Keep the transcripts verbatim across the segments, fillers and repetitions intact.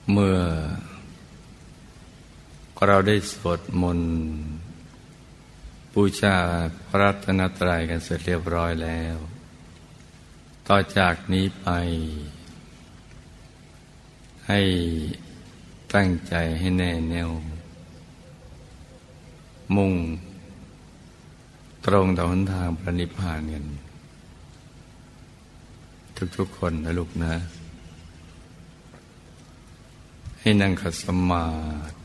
เมื่อเราได้สวดมนต์บูชาพระรัตนตรัยกันเสร็จเรียบร้อยแล้วต่อจากนี้ไปให้ตั้งใจให้แน่แน่วมุ่งตรงต่อหนทางพระนิพพานกันทุกๆคนนะลูกนะให้นั่งขัดสมาธิ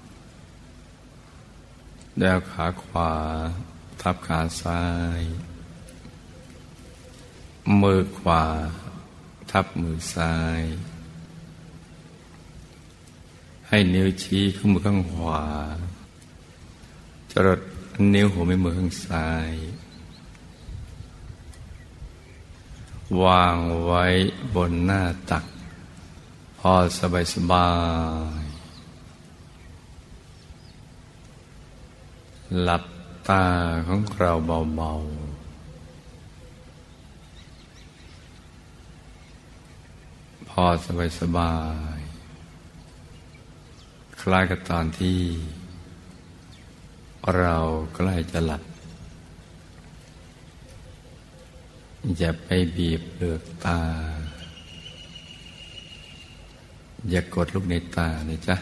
แล้วขาขวาทับขาซ้ายมือขวาทับมือซ้ายให้นิ้วชี้ข้างมือข้างขวาจรดนิ้วหัวแม่มือข้างซ้ายวางไว้บนหน้าตักพอสบายสบายหลับตาของเราเบาๆพอสบายสบายคล้ายกับตอนที่เราใกล้จะหลับอย่าไปบีบเปลือกตาอย่ากดลูกในตานะจ๊ะ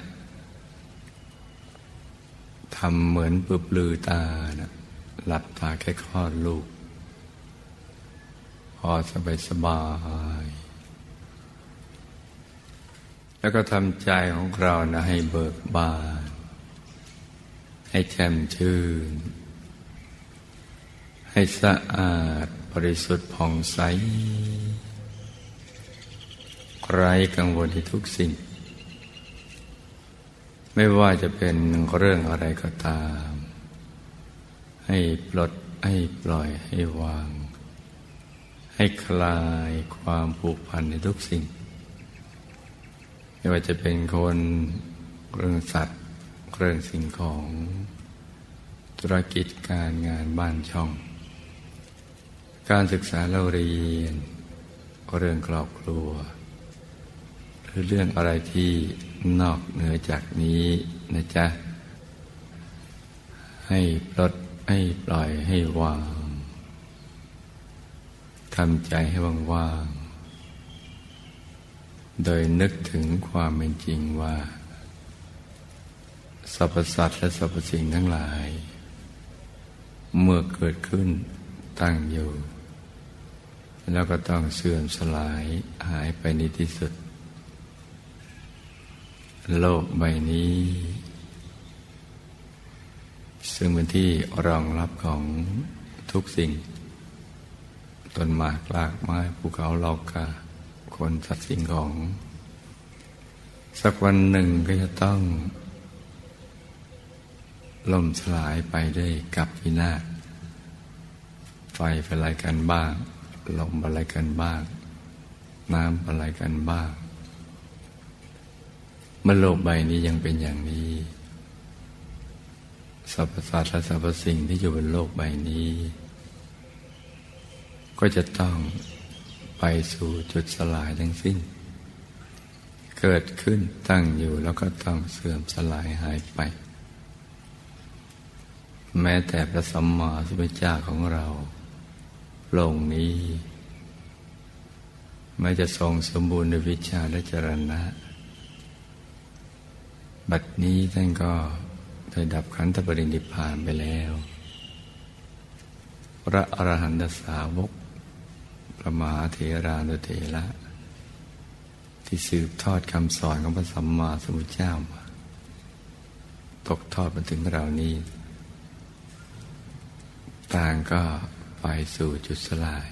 ทำเหมือนปลืบลือตานะหลับตาแค่คลอดลูกพอสบายสบายแล้วก็ทำใจของเรานะให้เบิกบานให้แช่มชื่นให้สะอาดบริสุทธิ์ผ่องใสไร้กังวลในทุกสิ่งไม่ว่าจะเป็นเรื่องอะไรก็ตามให้ปลดให้ปล่อยให้วางให้คลายความผูกพันในทุกสิ่งไม่ว่าจะเป็นคนเรื่องสัตว์เรื่องสิ่งของธุรกิจการงานบ้านช่องการศึกษาเราเรียนเรื่องครอบครัวหรือเรื่องอะไรที่นอกเหนือจากนี้นะจ๊ะให้ปลดให้ปล่อยให้วางทำใจให้ว่างๆโดยนึกถึงความเป็นจริงว่าสรรพสัตว์และสรรพสิ่งทั้งหลายเมื่อเกิดขึ้นตั้งอยู่แล้วก็ต้องเสื่อมสลายหายไปในที่สุดโลกใบนี้ซึ่งเป็นที่รองรับของทุกสิ่งต้นหมากรากไม้ภูเขาเหล่ากาคนสัตว์สิ่งของสักวันหนึ่งก็จะต้องล่มสลายไปด้วยกับวินาศไฟเป็นอะไรกันบ้างลมอะไรกันบ้างน้ำอะไรกันบ้างเมื่อโลกใบนี้ยังเป็นอย่างนี้สรรพสัตว์และสรรพสิ่งที่อยู่บนโลกใบนี้ก็จะต้องไปสู่จุดสลายทั้งสิ้นเกิดขึ้นตั้งอยู่แล้วก็ต้องเสื่อมสลายหายไปแม้แต่พระสัมมาสัมพุทธเจ้าของเราพระองค์นี้แม้จะทรงสมบูรณ์ในวิชาและจรณะบัดนี้ท่านก็ได้ดับขันธปรินิพพานไปแล้วพระอรหันตสาวกพระมหาเถรานุเถระที่สืบทอดคำสอนของพระสัมมาสัมพุทธเจ้ามาตกทอดมาถึงเรานี้ต่างก็ไปสู่จุดสลาย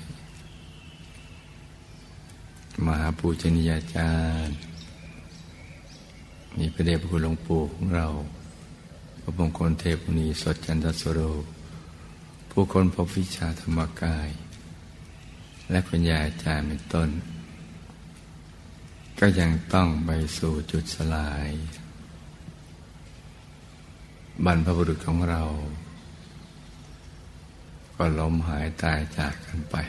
มหาปูชนียาจารย์มีพระเดชพระคุณหลวงปู่ของเราพระมงคลเทพมุนีสดจันทสโรผู้คนพบวิชาธรรมกายและปัญญาอาจารย์เป็นต้นก็ยังต้องไปสู่จุดสลายบรรพบุรุษของเราก็ล้มหายตายจากกันไป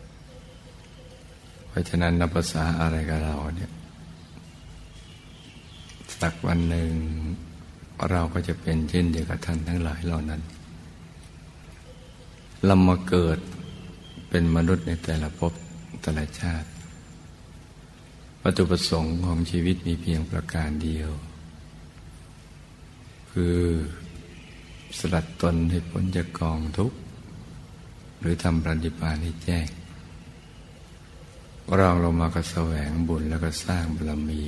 เพราะฉะนั้นนับภาษาอะไรกับเราเนี่ยสักวันหนึ่งเราก็จะเป็นเช่นเดียวกับท่านทั้งหลายเหล่านั้นเรามาเกิดเป็นมนุษย์ในแต่ละภพแต่ละชาติวัตถุประสงค์ของชีวิตมีเพียงประการเดียวคือสลัดตนให้พ้นจากกองทุกข์หรือทำปฏิบัติให้แจ้งเราลงมาก็แสวงบุญแล้วก็สร้างบารมี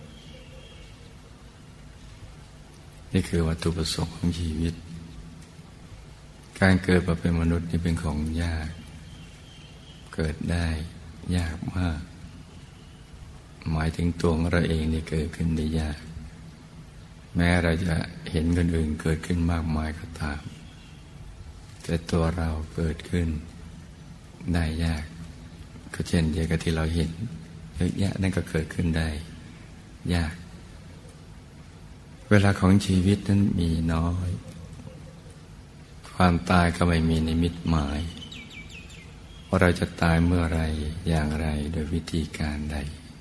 นี่คือวัตถุประสงค์ของชีวิตการเกิดมาเป็นมนุษย์นี่เป็นของยากเกิดได้ยากมากหมายถึงตัวของเราเองนี่เกิดขึ้นได้ยากแม้เราจะเห็นคนอื่นเกิดขึ้นมากมายก็ตามแต่ตัวเราเกิดขึ้นได้ยากก็เช่นเดียวกับที่เราเห็นเยอะแยะนั่นก็เกิดขึ้นได้ยากเวลาของชีวิตนั้นมีน้อยความตายก็ไม่มีนิมิตหมายว่าเราจะตายเมื่อไรอย่างไรโดยวิธีการใด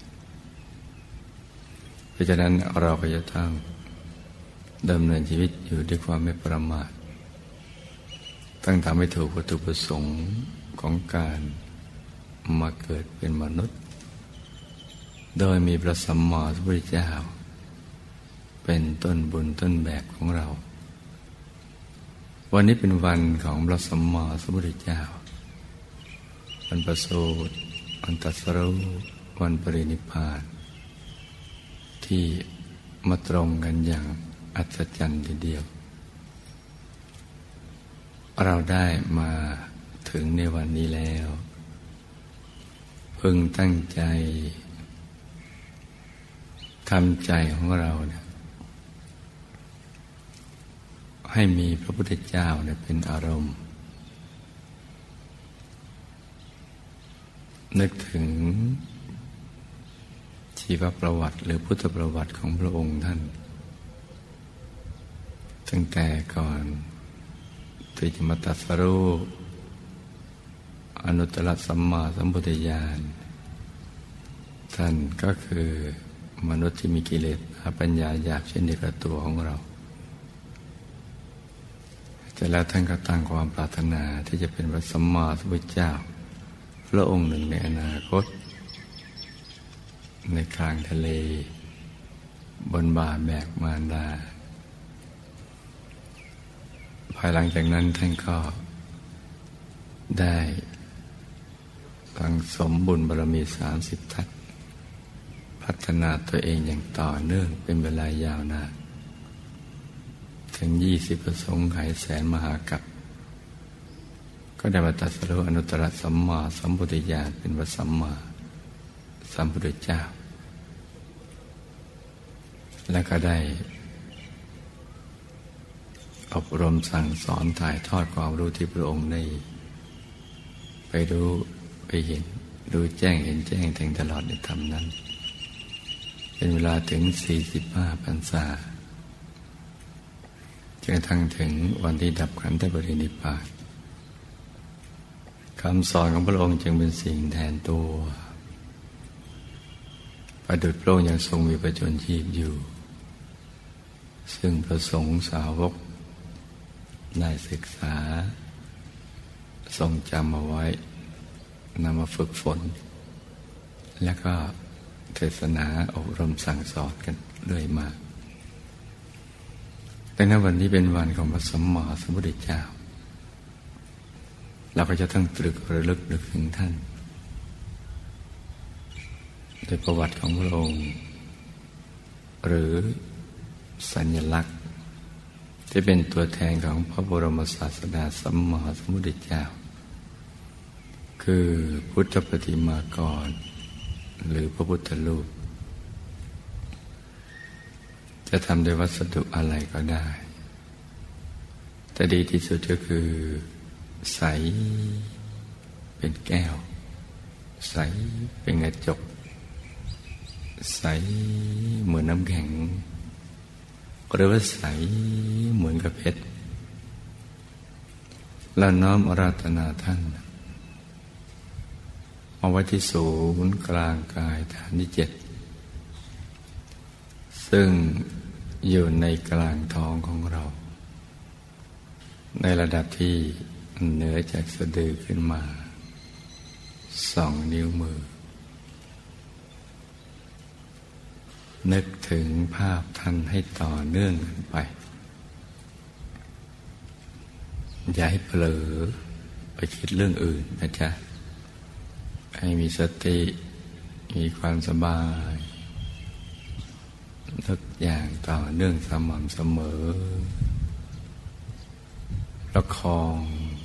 เพราะฉะนั้นเราก็จะต้องดำเนินชีวิตอยู่ด้วยความไม่ประมาทตั้งทำให้ถูกวัตถุประสงค์ของการมาเกิดเป็นมนุษย์โดยมีพระสัมมาสัมพุทธเจ้าเป็นต้นบุญต้นแบบของเราวันนี้เป็นวันของพระสัมมาสัมพุทธเจ้าวันประสูติวันตรัสรู้วันปรินิพพานที่มาตรงกันอย่างอัศจรรย์ทีเดียวเราได้มาถึงในวันนี้แล้วพึงตั้งใจทำใจของเราเนี่ยให้มีพระพุทธเจ้าเนี่ยเป็นอารมณ์นึกถึงชีวประวัติหรือพุทธประวัติของพระองค์ท่านตั้งแต่ก่อนที่จะมาตรัสรู้อนุตตรสัมมาสัมพุทธญาณท่านก็คือมนุษย์ที่มีกิเลสปัญญาหยาบเช่นเดียวกับตัวของเราแต่แล้วท่านก็ตั้งความปรารถนาที่จะเป็นพระสัมมาสัมพุทธเจ้าพระองค์หนึ่งในอนาคตในกลางทะเลบนบ่าแบกมารดาภายหลังจากนั้นท่านก็ได้สังสมบุญบารมีสามสิบทัศพัฒนาตัวเองอย่างต่อเนื่องเป็นเวลายาวนานถึงยี่สิบประสงค์ไขแสนมหากัปก็ได้มาตรัสรู้อนุตตรสัมมาสัมพุทธญาณเป็นพระสัมมาสัมพุทธเจ้าและก็ได้อบรมสั่งสอนถ่ายทอดความรู้ที่พระองค์ได้ไปรู้ไปเห็นรู้แจ้งเห็นแจ้งถึงตลอดในธรรมนั้นเป็นเวลาถึงสี่สิบห้าพรรษาจนกระทั่งถึงวันที่ดับขันธปรินิพพานคำสอนของพระองค์จึงเป็นสิ่งแทนตัวประดุจพระองค์ยังทรงมีประชนชีพอยู่ซึ่งพระสงฆ์สาวกได้ศึกษาทรงจำเอาไว้นำมาฝึกฝนแล้วก็เทศนาอบรมสั่งสอนกันเรื่อยมาแต่ในวันนี้เป็นวันของพระสัมมาสัมพุทธเจ้าเราก็จะต้องตรึกระลึกนึกถึงท่านในประวัติของพระองค์หรือสัญลักษณ์ที่เป็นตัวแทนของพระบรมศาสดาสัมมาสัมพุทธเจ้าคือพุทธปฏิมากรหรือพระพุทธรูปจะทำด้วยวัสดุอะไรก็ได้แต่ดีที่สุดก็คือใสเป็นแก้วใสเป็นกระจกใสเหมือนน้ำแข็งหรือว่าใสเหมือนกับเพชรแล้วน้อมอาราธนาท่านเอาไว้ที่ศูนย์กลางกายฐานที่เจ็ดสซึ่งอยู่ในกลางท้องของเราในระดับที่เหนือจากสะดือขึ้นมาสองนิ้วมือนึกถึงภาพท่านให้ต่อเนื่องกันไปอย่าให้เผลอไปคิดเรื่องอื่นนะจ๊ะให้มีสติมีความสบายทุกอย่างต่อเนื่องสม่ำเสมอประคอง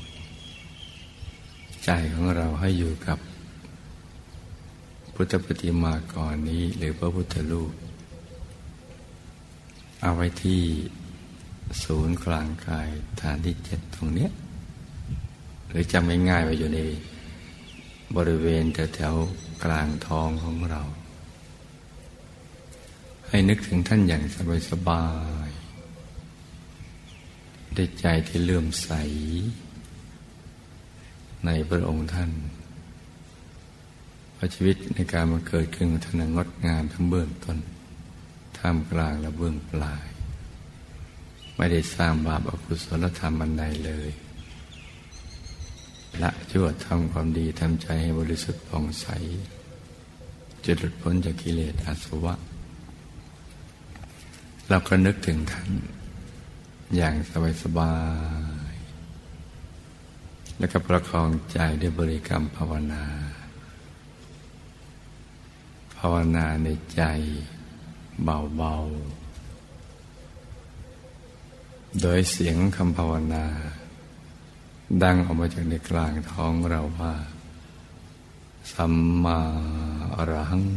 ใจของเราให้อยู่กับพุทธปฏิมากรนี้หรือพระพุทธรูปเอาไว้ที่ศูนย์กลางกายฐานที่เจ็ดตรงเนี้ยหรือจำง่ายๆไว้อยู่ในบริเวณแถวๆกลางท้องของเราให้นึกถึงท่านอย่างสบายๆด้วยใจที่เลื่อมใสในพระองค์ท่านเพราะชีวิตในการมาเกิดขึ้นของท่านงดงามทั้งเบื้องต้นท่ามกลางและเบื้องปลายไม่ได้สร้างบาปอกุศลธรรมอันใดเลยละชั่วทำความดีทำใจให้บริสุทธิ์ผ่องใสจะหลุดพ้นจากกิเลสอาสวะเราก็นึกถึงท่านอย่างสบายๆแล้วก็ประคองใจด้วยบริกรรมภาวนาภาวนาในใจเบาๆโดยเสียงคำภาวนาดังออกมาจากในกลางท้องเราว่าสัมมาอรหัง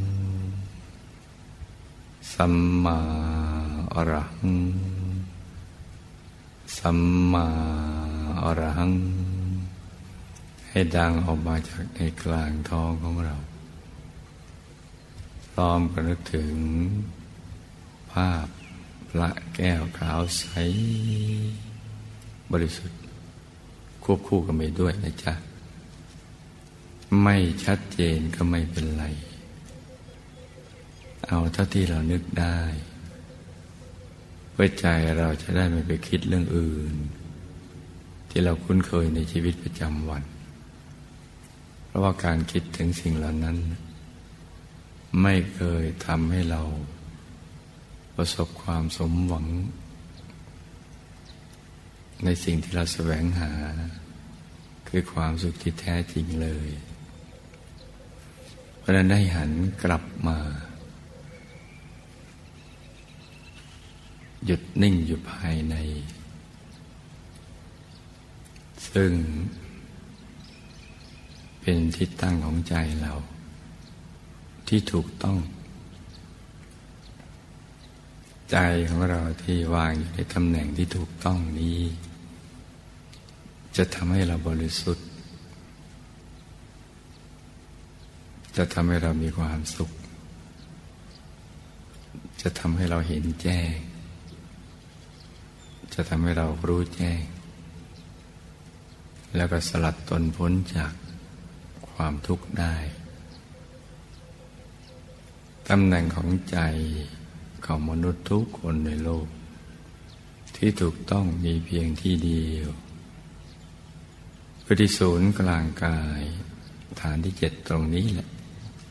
สัมมาอรหังสัมมาอรหังให้ดังออกมาจากในกลางท้องของเราพร้อมกับนึกถึงภาพพระแก้วขาวใสบริสุทธิ์ควบคู่กันไปด้วยนะจ๊ะไม่ชัดเจนก็ไม่เป็นไรเอาเท่าที่เรานึกได้เพื่อใจเราจะได้ไม่ไปคิดเรื่องอื่นที่เราคุ้นเคยในชีวิตประจำวันเพราะว่าการคิดถึงสิ่งเหล่านั้นไม่เคยทำให้เราประสบความสมหวังในสิ่งที่เราแสวงหาคือความสุขที่แท้จริงเลยเพราะฉะนั้นได้หันกลับมาหยุดนิ่งอยู่ภายในซึ่งเป็นที่ตั้งของใจเราที่ถูกต้องใจของเราที่วางอยู่ในตำแหน่งที่ถูกต้องนี้จะทำให้เราบริสุทธิ์จะทำให้เรามีความสุขจะทำให้เราเห็นแจ้งจะทำให้เรารู้แจ้งแล้วก็สลัดตนพ้นจากความทุกข์ได้ตำแหน่งของใจของมนุษย์ทุกคนในโลกที่ถูกต้องมีเพียงที่เดียวคือที่ศูนย์กลางกายฐานที่เจ็ดตรงนี้แหละ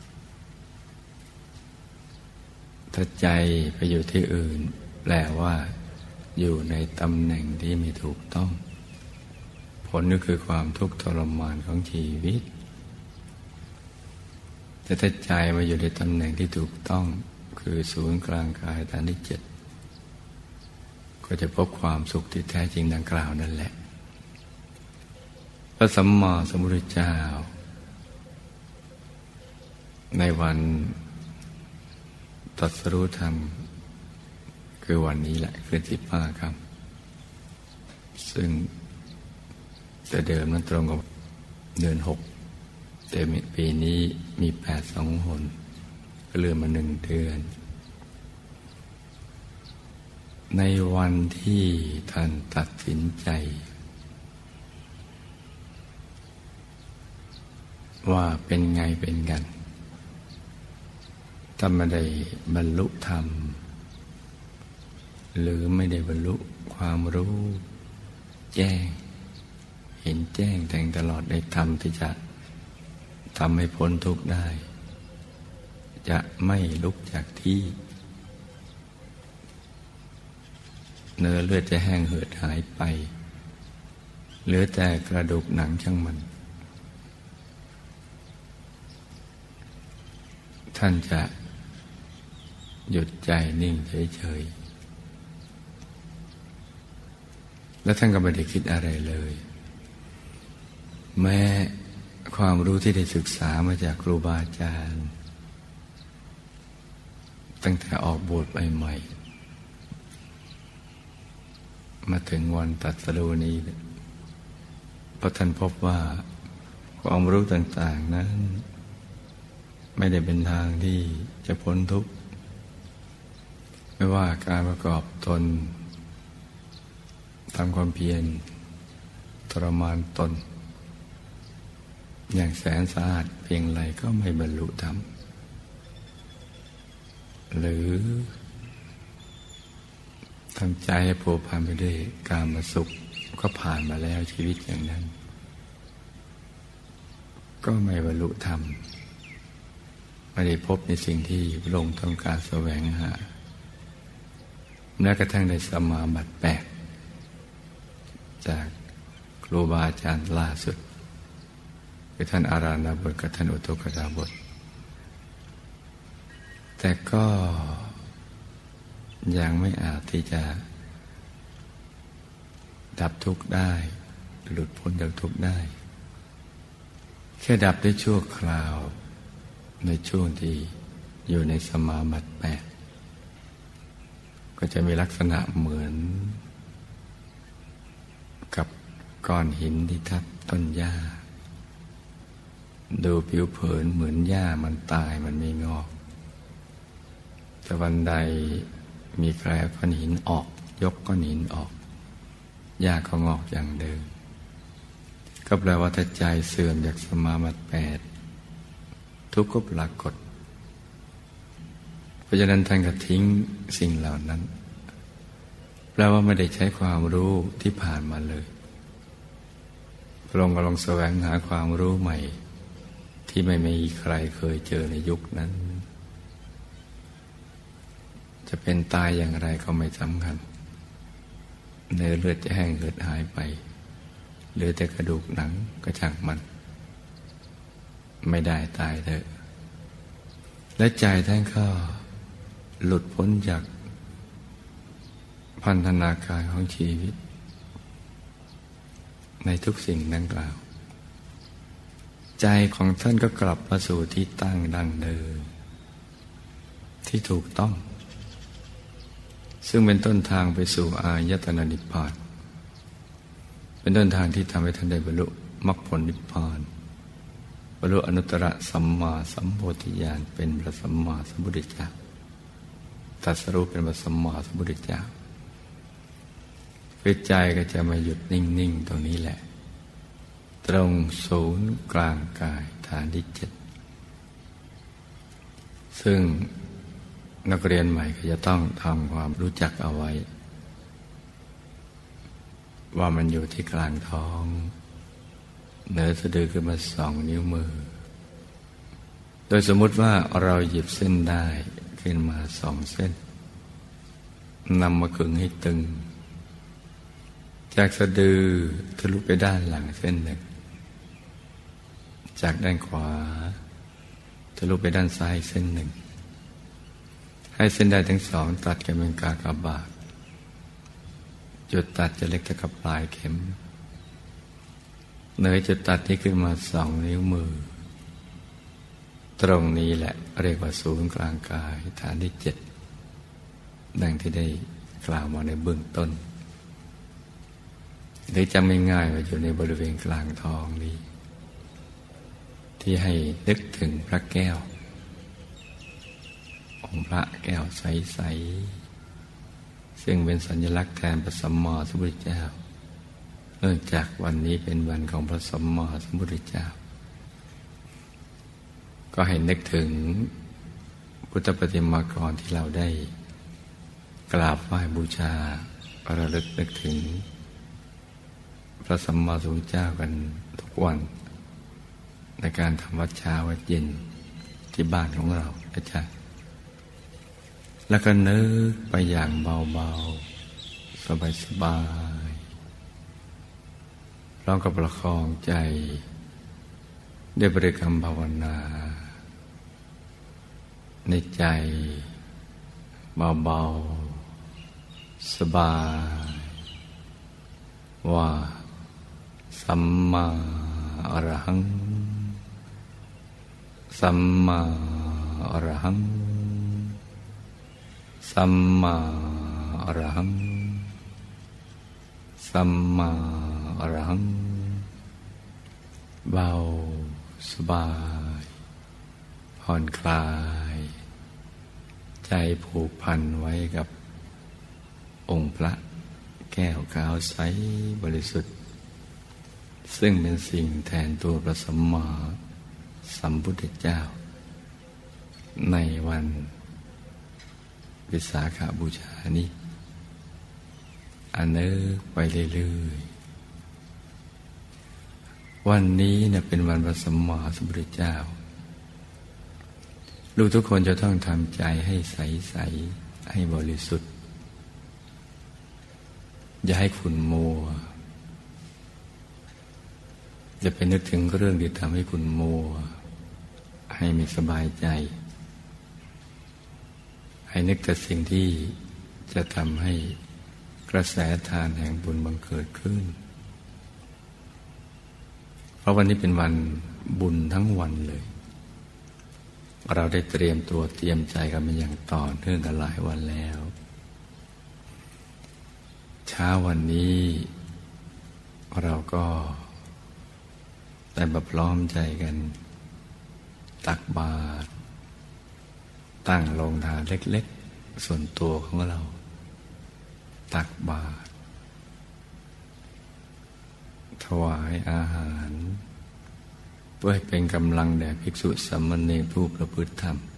ถ้าใจไปอยู่ที่อื่นแปลว่าอยู่ในตำแหน่งที่ไม่ถูกต้องผลก็คือความทุกข์ทรมานของชีวิตแต่ถ้าใจมาอยู่ในตำแหน่งที่ถูกต้องคือศูนย์กลางกายฐานที่เจ็ดก็จะพบความสุขที่แท้จริงดังกล่าวนั่นแหละพระสัมมาสัมพุทธเจ้าในวันตรัสรู้ธรรมคือวันนี้แหละคือสิบห้าค่ำซึ่งแต่เดิมนั้นตรงกับเดือนหกแต่ปีนี้มีแปดสองหนก็เลื่อนมาหนึ่งเดือนในวันที่ท่านตัดสินใจว่าเป็นไงเป็นกันถ้าไม่ได้บรรลุธรรมหรือไม่ได้บรรลุความรู้แจ้งเห็นแจ้งแทงตลอดในธรรมที่จะทำให้พ้นทุกข์ได้จะไม่ลุกจากที่เนื้อเลือดจะแห้งเหือดหายไปเหลือแต่กระดูกหนังช่างมันท่านจะหยุดใจนิ่งเฉยๆแล้วท่านก็ไม่ได้คิดอะไรเลยแม้ความรู้ที่ได้ศึกษามาจากครูบาอาจารย์ตั้งแต่ออกบวชใหม่ๆมาถึงวันตรัสรู้นี้เพราะท่านพบว่าความรู้ต่างๆนั้นไม่ได้เป็นทางที่จะพ้นทุกข์ไม่ว่าการประกอบตนทำความเพียรทรมานตนอย่างแสนสะอาดเพียงไรก็ไม่บรรลุธรรมหรือทำใจให้ผัวพันไปด้วยกามสุขก็ผ่านมาแล้วชีวิตอย่างนั้นก็ไม่บรรลุธรรมไม่ได้พบในสิ่งที่พระองค์ต้องการแสวงหาแม้กระทั่งในสมาบัติแปดจากครูบาอาจารย์ล่าสุดคือท่านอาราณบทกับท่านอุทกดาบทแต่ก็ยังไม่อาจที่จะดับทุกข์ได้หลุดพ้นจากทุกข์ได้แค่ดับได้ชั่วคราวในช่วงที่อยู่ในสมาบัติแปดก็จะมีลักษณะเหมือนกับก้อนหินที่ทับต้นหญ้าดูผิวเผินเหมือนหญ้ามันตายมันไม่งอกแต่วันใดมีใครเอาก้อนหินออกยกก้อนหินออกหญ้าก็งอกอย่างเดิมก็แปลว่าถ้าใจเสื่อมจากสมาบัติแปดทุกข์ก็ปรากฏเพราะฉะนั้นท่านก็ทิ้งสิ่งเหล่านั้นแปลว่าไม่ได้ใช้ความรู้ที่ผ่านมาเลยพระองค์กำลังแสวงหาความรู้ใหม่ที่ไม่มีใครเคยเจอในยุคนั้นจะเป็นตายอย่างไรก็ไม่สำคัญเนื้อเลือดจะแห้งเหือดหายไปเหลือแต่กระดูกหนังก็ช่างมันไม่ได้ตายเถอะและใจท่านก็หลุดพ้นจากพันธนาการของชีวิตในทุกสิ่งดังกล่าวใจของท่านก็กลับมาสู่ที่ตั้งดั้งเดิมที่ถูกต้องซึ่งเป็นต้นทางไปสู่อายตนะนิพพานเป็นต้นทางที่ทำให้ท่านได้บรรลุมรรคผลนิพพานบรรลุอนุตตรสัมมาสัมโพธิญาณเป็นพระสัมมาสัมพุทธเจ้าตรัสรู้เป็นพระสัมมาสัมพุทธเจ้าใจก็จะมาหยุดนิ่งๆตรงนี้แหละตรงศูนย์กลางกายฐานที่เจ็ดซึ่งนักเรียนใหม่ก็จะต้องทำความรู้จักเอาไว้ว่ามันอยู่ที่กลางท้องเหนือสะดือขึ้นมาสองนิ้วมือโดยสมมุติว่าเราหยิบเส้นได้ขึ้นมาสองเส้นนำมาขึงให้ตึงจากสะดือทะลุไปด้านหลังเส้นหนึ่งจากด้านขวาทะลุไปด้านซ้ายเส้นหนึ่งให้เส้นได้ทั้งสองตัดกันเป็นกากบาทจุดตัดจะเล็กเท่ากับปลายเข็มเนยจุดตัดที่ขึ้นมาสองนิ้วมือตรงนี้แหละเรียกว่าศูนย์กลางกายฐานที่เจ็ดดังที่ได้กล่าวมาในเบื้องต้นหรือจำง่ายๆว่าอยู่ในบริเวณกลางท้องนี้ที่ให้นึกถึงพระแก้วองค์พระแก้วใสๆซึ่งเป็นสัญลักษณ์แทนพระสัมมาสัมพุทธเจ้าเนื่องจากวันนี้เป็นวันของพระสัมมาสัมพุทธเจ้าก็ให้นึกถึงพุทธปฏิมากรที่เราได้กราบไหว้บูชาระลึกนึกถึงพระสัมมาสัมพุทธเจ้ากันทุกวันในการทำวัดเช้าวัดเย็นที่บ้านของเราอาจารย์แล้วก็นึกไปอย่างเบาๆสบายๆพร้อมกับประคองใจด้วยบริกรรมภาวนาในใจเบาๆสบายว่าสัมมาอรหังสัมมาอรหังสัมมาอรหังสัมมาอรหังเบาสบายผ่อนคลายใจผูกพันไว้กับองค์พระแก้วขาวใสบริสุทธิ์ซึ่งเป็นสิ่งแทนตัวพระสัมมาสัมพุทธเจ้าในวันวิสาขบูชานี้อันนึกไปเรื่อยๆวันนี้เนี่ยเป็นวันพระสัมมาสัมพุทธเจ้าลูกทุกคนจะต้องทำใจให้ใสๆให้บริสุทธิ์อย่าให้ขุ่นมัวจะไปนึกถึงเรื่องที่ทำให้ขุ่นมัวให้มีสบายใจให้นึกแต่สิ่งที่จะทำให้กระแสทานแห่งบุญบังเกิดขึ้นเพราะวันนี้เป็นวันบุญทั้งวันเลยเราได้เตรียมตัวเตรียมใจกันมาอย่างต่อเนื่องกันหลายวันแล้วเช้าวันนี้เราก็ได้มาพร้อมใจกันตักบาตรตั้งโรงทานเล็กๆส่วนตัวของเราตักบาตรถวายอาหารเพื่อให้เป็นกำลังแด่ภิกษุสามเณรผู้ประพฤติธรรม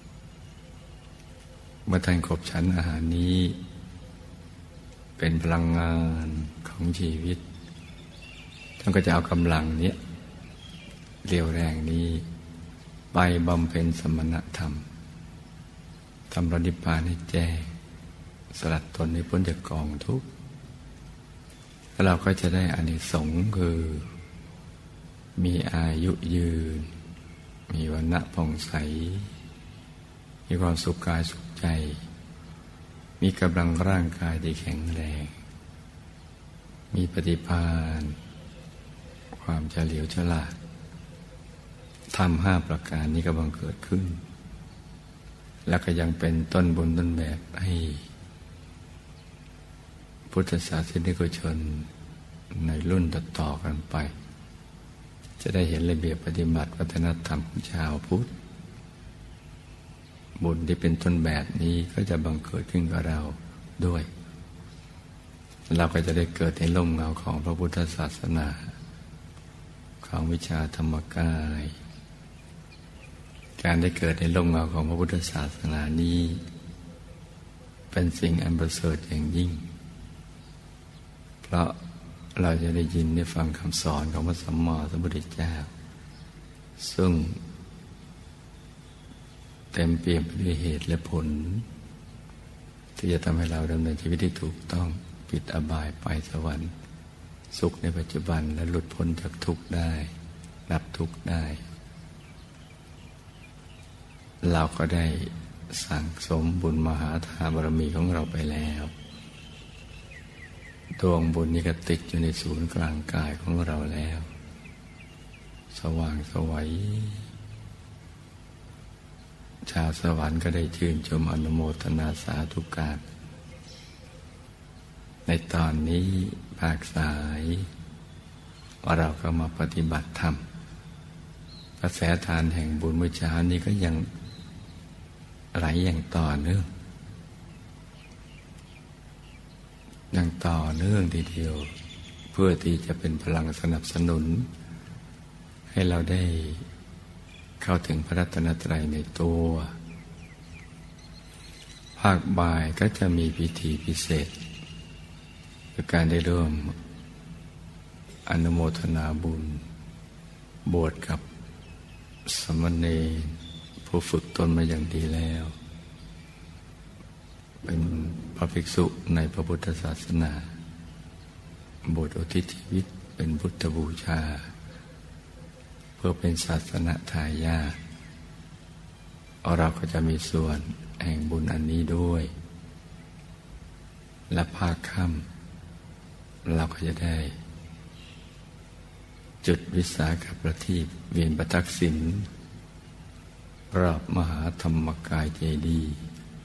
เมื่อท่านขบฉันอาหารนี้เป็นพลังงานของชีวิตท่านก็จะเอากำลังนี้เรี่ยวแรงนี้ไปบำเพ็ญสมณธรรมทำพระนิพพานให้แจ้งสลัดตนให้พ้นจากกองทุกข์แล้วเราก็จะได้อานิสงส์คือมีอายุยืนมีวรรณะผ่องใสมีความสุขกายสุขใจมีกำลังร่างกายที่แข็งแรงมีปฏิภาณความเฉลียวฉลาดธรรมห้าประการนี้กำลังเกิดขึ้นแล้วก็ยังเป็นต้นบุญต้นแบบให้พุทธศาสนิกชนในรุ่นต่อๆกันไปจะได้เห็นระเบียบปฏิบัติวัฒนธรรมของชาวพุทธบุญที่เป็นต้นแบบนี้ก็จะบังเกิดขึ้นกับเราด้วยเราก็จะได้เกิดในร่มเงาของพระพุทธศาสนาของวิชาธรรมกายการได้เกิดในร่มเงาของพระพุทธศาสนานี้เป็นสิ่งอันประเสริฐอย่างยิ่งเพราะเราจะได้ยินได้ฟังคำสอนของพระสัมมาสัมพุทธเจ้าซึ่งเต็มเปี่ยมไปด้วยเหตุและผลที่จะทำให้เราดำเนินชีวิตที่ถูกต้องปิดอบายไปสวรรค์สุขในปัจจุบันและหลุดพ้นจากทุกข์ได้ดับทุกข์ได้เราก็ได้สั่งสมบุญมหาทานบารมีของเราไปแล้วดวงบุญนี้ก็ติดอยู่ในศูนย์กลางกายของเราแล้วสว่างไสวชาวสวรรค์ก็ได้ชื่นชมอนุโมทนาสาธุการ ในตอนนี้ภาคสายเราก็มาปฏิบัติธรรมกระแสทานแห่งบุญเมื่อเช้านี้ก็ยังไหลอย่างต่อเนื่องอย่างต่อเนื่องทีเดียวเพื่อที่จะเป็นพลังสนับสนุนให้เราได้เข้าถึงพระรัตนตรัยในตัวพภาคบ่ายก็จะมีพิธีพิเศษคือการได้ร่วมอนุโมทนาบุญบวชกับสมณเณรผู้ฝึกตนมาอย่างดีแล้วเป็นพระภิกษุในพระพุทธศาสนาบวชอุทิศชีวิตเป็นพุทธบูชาเพื่อเป็นศาสนทายาทเราก็จะมีส่วนแห่งบุญอันนี้ด้วยและภาคค่ำเราก็จะได้จุดวิสาขประทีปเวียนประทักษิณรอบมหาธรรมกายเจดีย์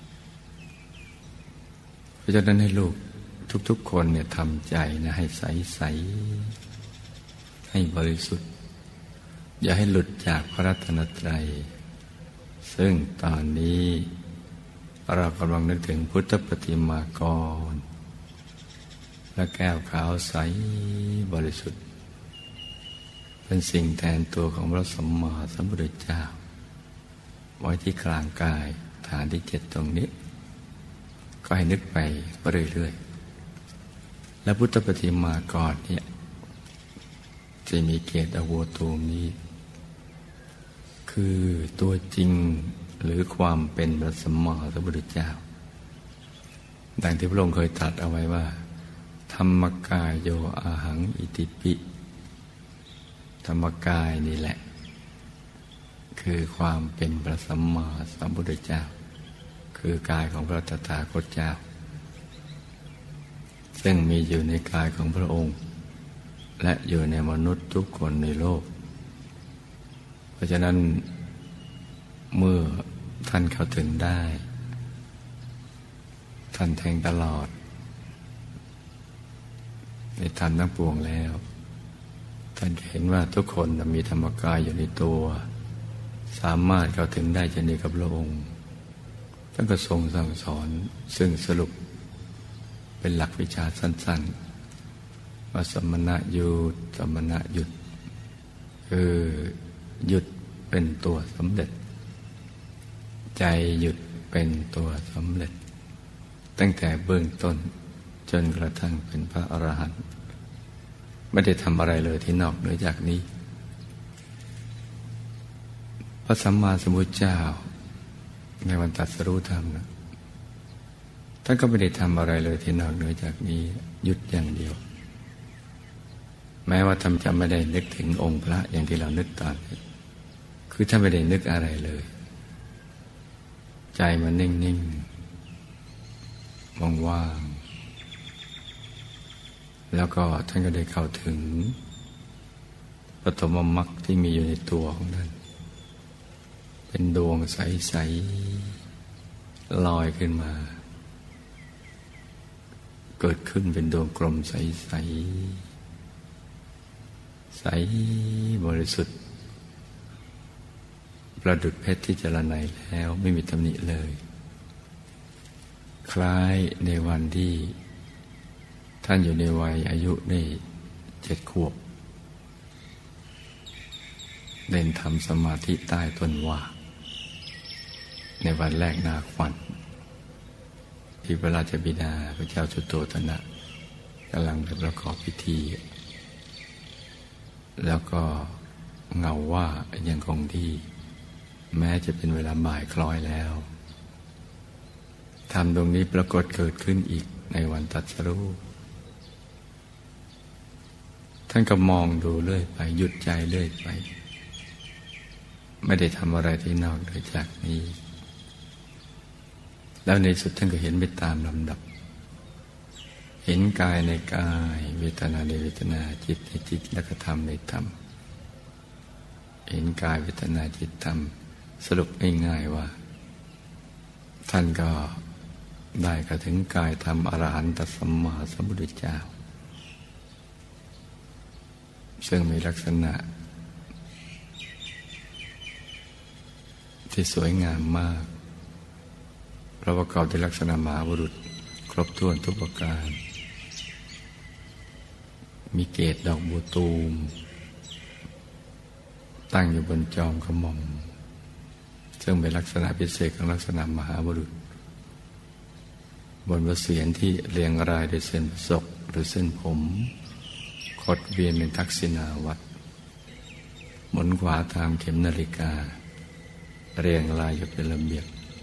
เพราะฉะนั้นให้ลูกทุกๆคนเนี่ยทำใจนะให้ใสๆให้บริสุทธิ์อย่าให้หลุดจากพระรัตนตรัยซึ่งตอนนี้เรากำลังนึกถึงพุทธปฏิมากรและแก้วขาวใสบริสุทธิ์เป็นสิ่งแทนตัวของพระสัมมาสัมพุทธเจ้าไว้ที่กลางกายฐานที่เจ็ดตรงนี้ก็ให้นึกไปเรื่อยๆและพุทธปฏิมากรเนี่ยจะมีเกศอโวตูมนี้คือตัวจริงหรือความเป็นพระสัมมาสัมพุทธเจ้าดังที่พระองค์เคยตรัสเอาไว้ว่าธรรมกายโยอาหังอิติปิธรรมกายนี่แหละคือความเป็นพระสัมมาสัมพุทธเจ้าคือกายของพระตถาคตเจ้าซึ่งมีอยู่ในกายของพระองค์และอยู่ในมนุษย์ทุกคนในโลกเพราะฉะนั้นเมื่อท่านเข้าถึงได้ท่านแทงตลอดในธรรมทั้งปวงแล้วท่านเห็นว่าทุกคนมีธรรมกายอยู่ในตัวสามารถเข้าถึงได้เช่นเดียวกับพระองค์ท่านก็ทรงสั่งสอนซึ่งสรุปเป็นหลักวิชาสั้นๆว่าสมณะหยุดสมณะหยุดคือหยุดเป็นตัวสำเร็จใจหยุดเป็นตัวสำเร็จตั้งแต่เบื้องต้นจนกระทั่งเป็นพระอรหันต์ไม่ได้ทำอะไรเลยที่นอกเหนือจากนี้พระสัมมาสัมพุทธเจ้าในวันตรัสรู้ธรรมนะท่านก็ไม่ได้ทำอะไรเลยที่นอกเหนือจากนี้หยุดอย่างเดียวแม้ว่าท่านจะไม่ได้นึกถึงองค์พระอย่างที่เรานึกตอนนี้คือท่านไม่ได้นึกอะไรเลยใจมันนิ่งๆว่างๆแล้วก็ท่านก็ได้เข้าถึงปฐมมรรคที่มีอยู่ในตัวของท่านเป็นดวงใสๆลอยขึ้นมาเกิดขึ้นเป็นดวงกลมใสๆใสบริสุทธิ์ประดุจเพชรที่เจริญในแล้วไม่มีตำหนิเลยคล้ายในวันที่ท่านอยู่ในวัยอายุได้เจ็ดขวบเล่นทำสมาธิใต้ต้นว่าในวันแรกนาขวัญที่พระราชบิดาพระเจ้าสุโธทนะกำลังไปประกอบพิธีแล้วก็เงาว่ายังคงที่แม้จะเป็นเวลาบ่ายคล้อยแล้วธรรมตรงนี้ปรากฏเกิดขึ้นอีกในวันตรัสรู้ท่านก็มองดูเรื่อยไปหยุดใจเรื่อยไปไม่ได้ทำอะไรที่นอกเหนือจากนี้แล้วในสุดท่านก็เห็นไปตามลำดับเห็นกายในกายเวทนาในเวทนาจิตในจิตและก็ธรรมในธรรมเห็นกายเวทนาจิตธรรมสรุปง่ายๆว่าท่านก็ได้เข้าถึงกายธรรมอรหันตสัมมาสัมพุทธเจ้าซึ่งมีลักษณะที่สวยงามมากประกอบด้วยลักษณะมหาบุรุษครบถ้วนทุกประการมีเกศดอกบัวตูมตั้งอยู่บนจอมขมอมซึ่งเป็นลักษณะพิเศษของลักษณะมหาบุรุษบนวัเศียรที่เรียงรายด้วยเส้นประศกหรือเส้นผมคดเวียนเป็นทักษิณาวัตรหมุนขวาตามเข็มนาฬิกาเรียงรายอยู่เป็นระเบียบ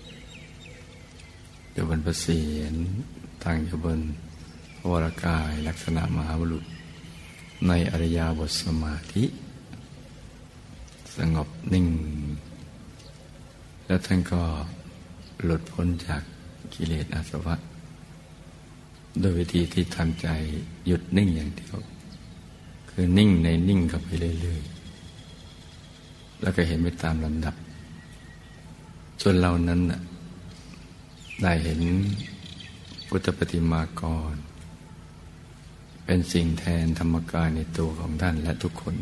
อยู่บนพระเศียรตั้งอยู่บนพระวรกายลักษณะมหาบุรุษในอริยบทสมาธิสงบนิ่งแล้วท่านก็หลุดพ้นจากกิเลสอาสวะโดยวิธีที่ทำใจหยุดนิ่งอย่างเดียวคือนิ่งในนิ่งเข้าไปเรื่อยๆแล้วก็เห็นไปตามลำดับจนเรานั้นได้เห็นพุทธปฏิมากรเป็นสิ่งแทนธรรมกายในตัวของท่านและทุกคน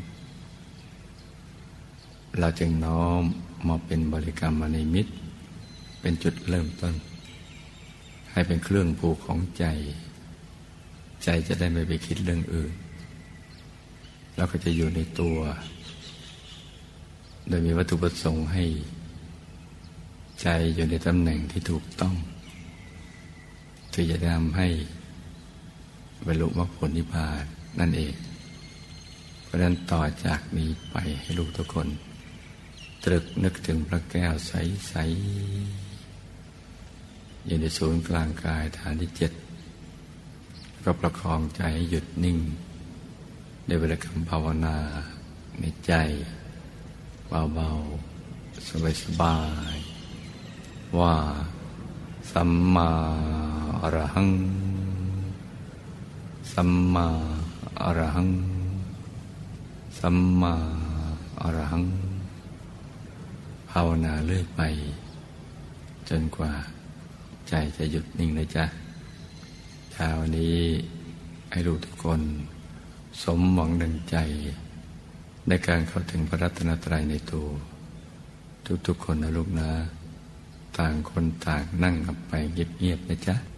เราจึงน้อมมาเป็นบริกรรมนิมิตเป็นจุดเริ่มต้นให้เป็นเครื่องผูกของใจใจจะได้ไม่ไปคิดเรื่องอื่นแล้วก็จะอยู่ในตัวโดยมีวัตถุประสงค์ให้ใจอยู่ในตำแหน่งที่ถูกต้องที่จะทำให้บรรลุมรรคผลนิพพานนั่นเองเพราะฉะนั้นต่อจากนี้ไปให้ลูกทุกคนตรึกนึกถึงพระแก้วใสๆอยู่ในศูนย์กลางกายฐานที่เจ็ดก็ประคองใจให้หยุดนิ่งในบริกรรมภาวนาในใจเบาๆสบายๆว่าสัมมาอรหังสัมมาอรหังสัมมาอรหังภาวนาเรื่อยไปจนกว่าใจจะหยุดนิ่งนะจ๊ะเช้านี้ให้ลูกทุกคนสมหวังดังใจในการเข้าถึงพระรัตนตรัยในตัวทุกๆคนนะลูกนะต่างคนต่างนั่งกลับไปเงียบๆนะจ๊ะ